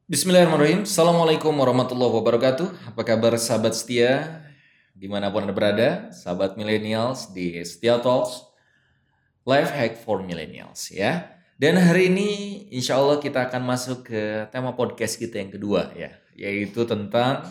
Bismillahirrahmanirrahim. Assalamualaikum warahmatullahi wabarakatuh. Apa kabar sahabat setia dimanapun Anda berada, sahabat millennials di Setia Talks, Life Hack for Millennials ya. Dan hari ini insya Allah kita akan masuk ke tema podcast kita yang kedua ya, yaitu tentang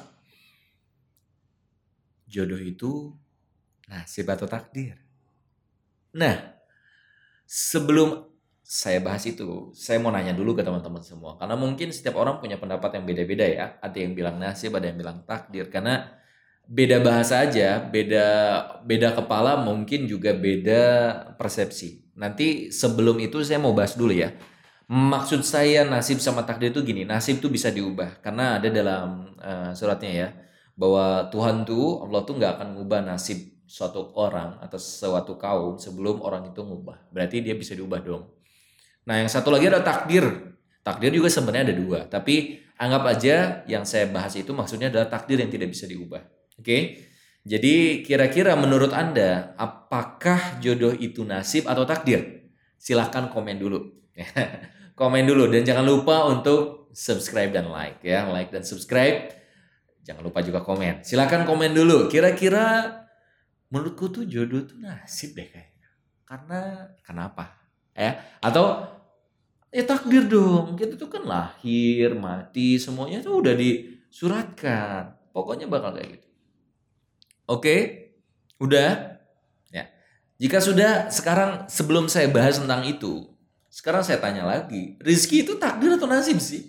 jodoh itu nasib atau takdir. Nah, sebelum saya bahas itu, saya mau nanya dulu ke teman-teman semua. Karena mungkin setiap orang punya pendapat yang beda-beda ya. Ada yang bilang nasib, ada yang bilang takdir. Karena beda bahasa aja, beda kepala, mungkin juga beda persepsi. Nanti sebelum itu saya mau bahas dulu ya. Maksud saya nasib sama takdir itu gini, nasib tuh bisa diubah. Karena ada dalam suratnya ya, bahwa Tuhan tuh, Allah tuh nggak akan mengubah nasib suatu orang atau suatu kaum sebelum orang itu ngubah. Berarti dia bisa diubah dong. Nah, yang satu lagi ada takdir. Takdir juga sebenarnya ada dua, tapi anggap aja yang saya bahas itu maksudnya adalah takdir yang tidak bisa diubah. Oke? Jadi kira-kira menurut Anda, apakah jodoh itu nasib atau takdir? Silahkan komen dulu. Komen dulu dan jangan lupa untuk subscribe dan like ya. Like dan subscribe. Jangan lupa juga komen. Silahkan komen dulu. Kira-kira menurutku tuh jodoh tuh nasib deh kayaknya. Karena kenapa? Ya, atau ya takdir dong. Kita tuh kan lahir, mati, semuanya tuh udah disuratkan. Pokoknya bakal kayak gitu. Oke? Udah? Ya. Jika sudah, sekarang sebelum saya bahas tentang itu, sekarang saya tanya lagi, rezeki itu takdir atau nasib sih?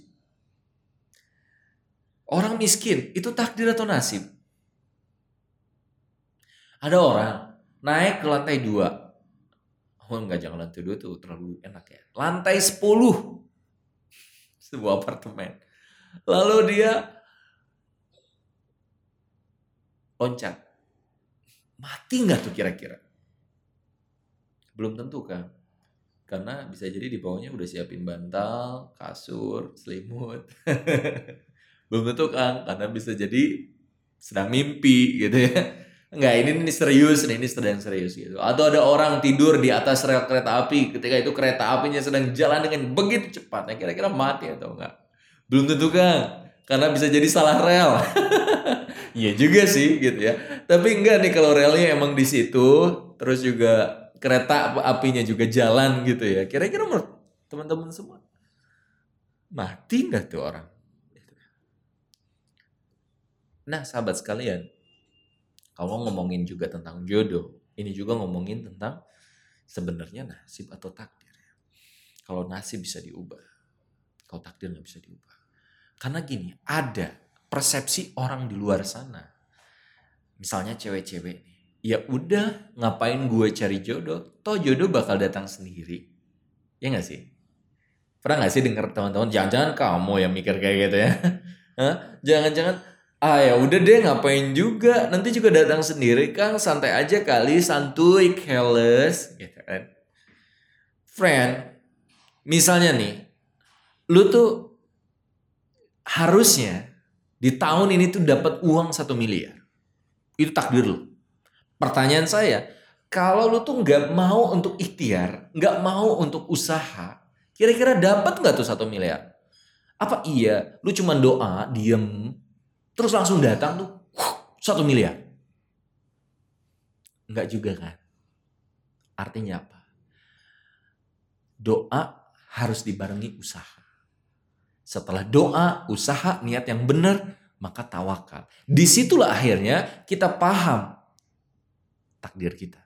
Orang miskin itu takdir atau nasib? Ada orang naik ke lantai 2. Oh enggak, jangan lantai 2 tuh terlalu enak ya. Lantai 10 sebuah apartemen. Lalu dia loncat. Mati nggak tuh kira-kira? Belum tentu kan. Karena bisa jadi di bawahnya udah siapin bantal, kasur, selimut. Belum tentu kan, karena bisa jadi sedang mimpi gitu ya. Enggak, ini serius nih, ini sedang serius gitu. Atau ada orang tidur di atas rel kereta api ketika itu kereta apinya sedang jalan dengan begitu cepatnya, kira-kira mati atau enggak? Belum tentu kan, karena bisa jadi salah rel. Iya juga sih gitu ya. Tapi enggak nih kalau relnya emang di situ, terus juga kereta apinya juga jalan gitu ya. Kira-kira menurut teman-teman semua mati nggak tuh orang? Nah, sahabat sekalian, kalau ngomongin juga tentang jodoh, ini juga ngomongin tentang sebenarnya nasib atau takdir. Kalau nasib bisa diubah, kalau takdir nggak bisa diubah. Karena gini, ada persepsi orang di luar sana. Misalnya cewek-cewek nih, ya udah ngapain gue cari jodoh, toh jodoh bakal datang sendiri. Ya nggak sih? Pernah nggak sih denger teman-teman, jangan-jangan kamu yang mikir kayak gitu ya? Hah? Jangan-jangan, ah ya udah deh ngapain juga, nanti juga datang sendiri kan, santai aja kali, santuy, careless, gitu kan. Friend, misalnya nih, lu tuh harusnya di tahun ini tuh dapat uang 1 miliar. Itu takdir lu. Pertanyaan saya, kalau lu tuh nggak mau untuk ikhtiar, nggak mau untuk usaha, kira-kira dapat nggak tuh 1 miliar? Apa iya lu cuma doa, diem, terus langsung datang tuh 1 miliar? Nggak juga kan? Artinya apa? Doa harus dibarengi usaha. Setelah doa, usaha, niat yang benar, maka tawakal. Disitulah akhirnya kita paham takdir kita.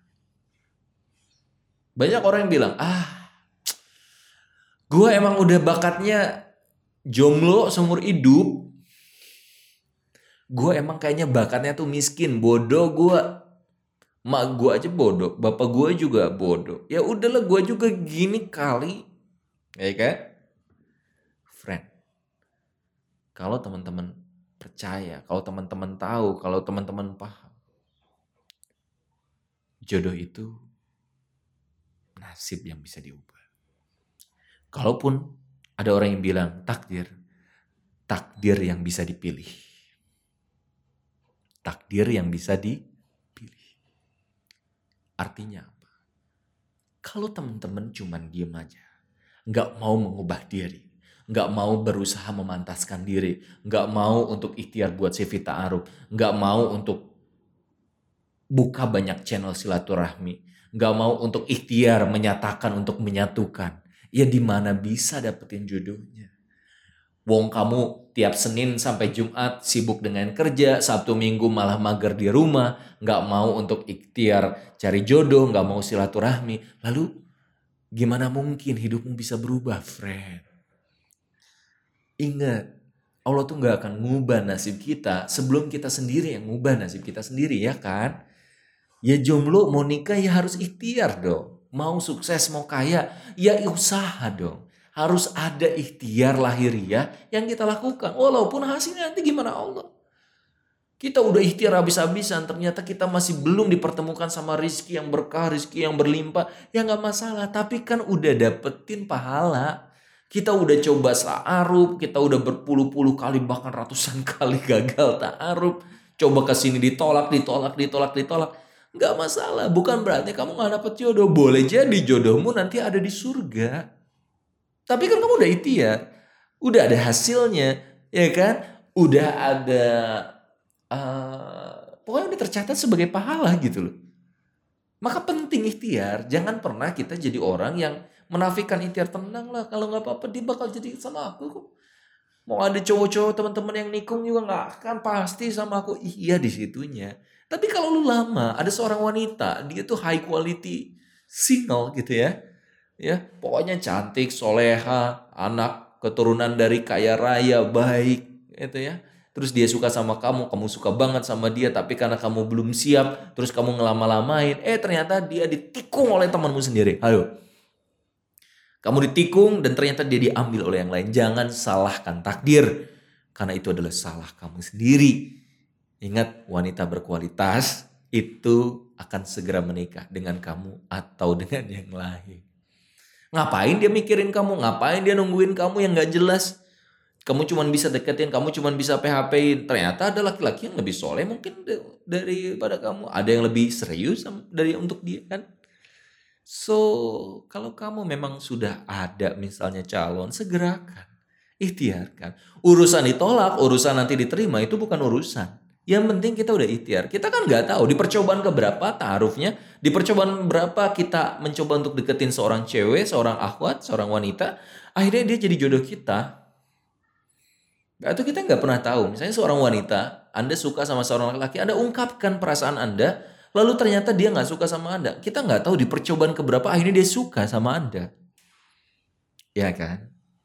Banyak orang yang bilang, gue emang udah bakatnya jomblo seumur hidup. Gue emang kayaknya bakatnya tuh miskin, bodoh gue. Mak gue aja bodoh, bapak gue juga bodoh. Ya udahlah gue juga gini kali. Ya kan? Friend, kalau teman-teman percaya, kalau teman-teman tahu, kalau teman-teman paham, jodoh itu nasib yang bisa diubah. Kalaupun ada orang yang bilang takdir, takdir yang bisa dipilih. Takdir yang bisa dipilih. Artinya apa? Kalau teman-teman cuman diem aja, nggak mau mengubah diri, nggak mau berusaha memantaskan diri, nggak mau untuk ikhtiar buat CV ta'aruf, nggak mau untuk buka banyak channel silaturahmi, nggak mau untuk ikhtiar menyatakan untuk menyatukan. Ya di mana bisa dapetin jodohnya? Wong kamu tiap Senin sampai Jumat sibuk dengan kerja, Sabtu Minggu malah mager di rumah, nggak mau untuk ikhtiar cari jodoh, nggak mau silaturahmi. Lalu gimana mungkin hidupmu bisa berubah, friend? Ingat, Allah tuh nggak akan ngubah nasib kita sebelum kita sendiri yang ngubah nasib kita sendiri, ya kan? Ya jomblo mau nikah ya harus ikhtiar dong. Mau sukses mau kaya ya usaha dong. Harus ada ikhtiar lahiriah yang kita lakukan. Walaupun hasilnya nanti gimana Allah. Kita udah ikhtiar habis-habisan, ternyata kita masih belum dipertemukan sama rizki yang berkah, rizki yang berlimpah. Ya nggak masalah, tapi kan udah dapetin pahala. Kita udah coba ta'aruf, kita udah berpuluh-puluh kali bahkan ratusan kali gagal ta'aruf. Coba kesini ditolak, ditolak, ditolak, ditolak. Nggak masalah, bukan berarti kamu nggak dapet jodoh. Boleh jadi jodohmu nanti ada di surga. Tapi kan kamu udah ikhtiar, udah ada hasilnya, ya kan? Udah ada, pokoknya udah tercatat sebagai pahala gitu loh. Maka penting ikhtiar, jangan pernah kita jadi orang yang menafikan ikhtiar. Tenang lah, kalau nggak apa-apa dia bakal jadi sama aku kok. Mau ada cowok-cowok teman-teman yang nikung juga nggak akan pasti sama aku. Iya di situnya. Tapi kalau lu lama, ada seorang wanita, dia tuh high quality single gitu ya. Ya, pokoknya cantik, soleha, anak keturunan dari kaya raya, baik, gitu ya. Terus dia suka sama kamu suka banget sama dia, tapi karena kamu belum siap, terus kamu ngelama-lamain, ternyata dia ditikung oleh temanmu sendiri. Ayo, kamu ditikung dan ternyata dia diambil oleh yang lain. Jangan salahkan takdir, karena itu adalah salah kamu sendiri. Ingat, wanita berkualitas itu akan segera menikah dengan kamu atau dengan yang lain. Ngapain dia mikirin kamu? Ngapain dia nungguin kamu yang gak jelas? Kamu cuma bisa deketin, kamu cuma bisa PHP-in. Ternyata ada laki-laki yang lebih soleh mungkin daripada kamu. Ada yang lebih serius dari untuk dia kan. So, kalau kamu memang sudah ada misalnya calon, segerakan. Ikhtiarkan. Urusan ditolak, urusan nanti diterima itu bukan urusan. Yang penting kita udah ikhtiar. Kita kan nggak tahu di percobaan keberapa taruhnya, di percobaan berapa kita mencoba untuk deketin seorang cewek, seorang akhwat, seorang wanita, akhirnya dia jadi jodoh kita. Atau kita nggak pernah tahu. Misalnya seorang wanita, Anda suka sama seorang laki-laki, Anda ungkapkan perasaan Anda, lalu ternyata dia nggak suka sama Anda. Kita nggak tahu di percobaan keberapa akhirnya dia suka sama Anda. Ya kan?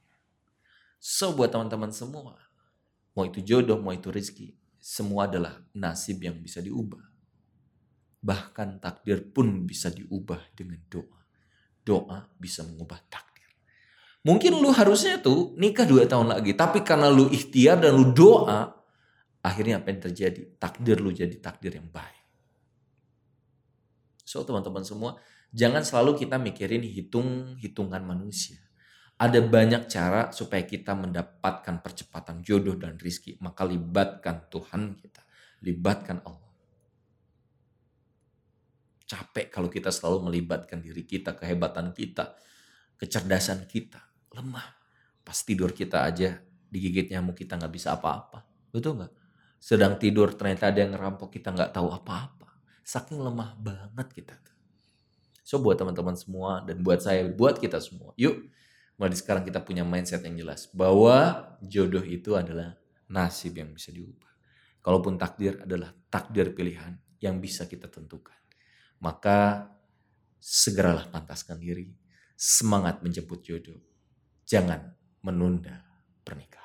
So buat teman-teman semua, mau itu jodoh, mau itu rezeki, semua adalah nasib yang bisa diubah. Bahkan takdir pun bisa diubah dengan doa. Doa bisa mengubah takdir. Mungkin lu harusnya tuh nikah 2 tahun lagi, tapi karena lu ikhtiar dan lu doa, akhirnya apa yang terjadi? Takdir lu jadi takdir yang baik. So teman-teman semua, jangan selalu kita mikirin hitung-hitungan manusia. Ada banyak cara supaya kita mendapatkan percepatan jodoh dan rizki. Maka libatkan Tuhan kita. Libatkan Allah. Capek kalau kita selalu melibatkan diri kita, kehebatan kita, kecerdasan kita. Lemah. Pas tidur kita aja digigit nyamuk kita gak bisa apa-apa. Betul gak? Sedang tidur ternyata ada yang ngerampok kita gak tahu apa-apa. Saking lemah banget kita. So buat teman-teman semua dan buat saya, buat kita semua. Yuk, mulai sekarang kita punya mindset yang jelas. Bahwa jodoh itu adalah nasib yang bisa diubah. Kalaupun takdir adalah takdir pilihan yang bisa kita tentukan. Maka segeralah pantaskan diri. Semangat menjemput jodoh. Jangan menunda pernikahan.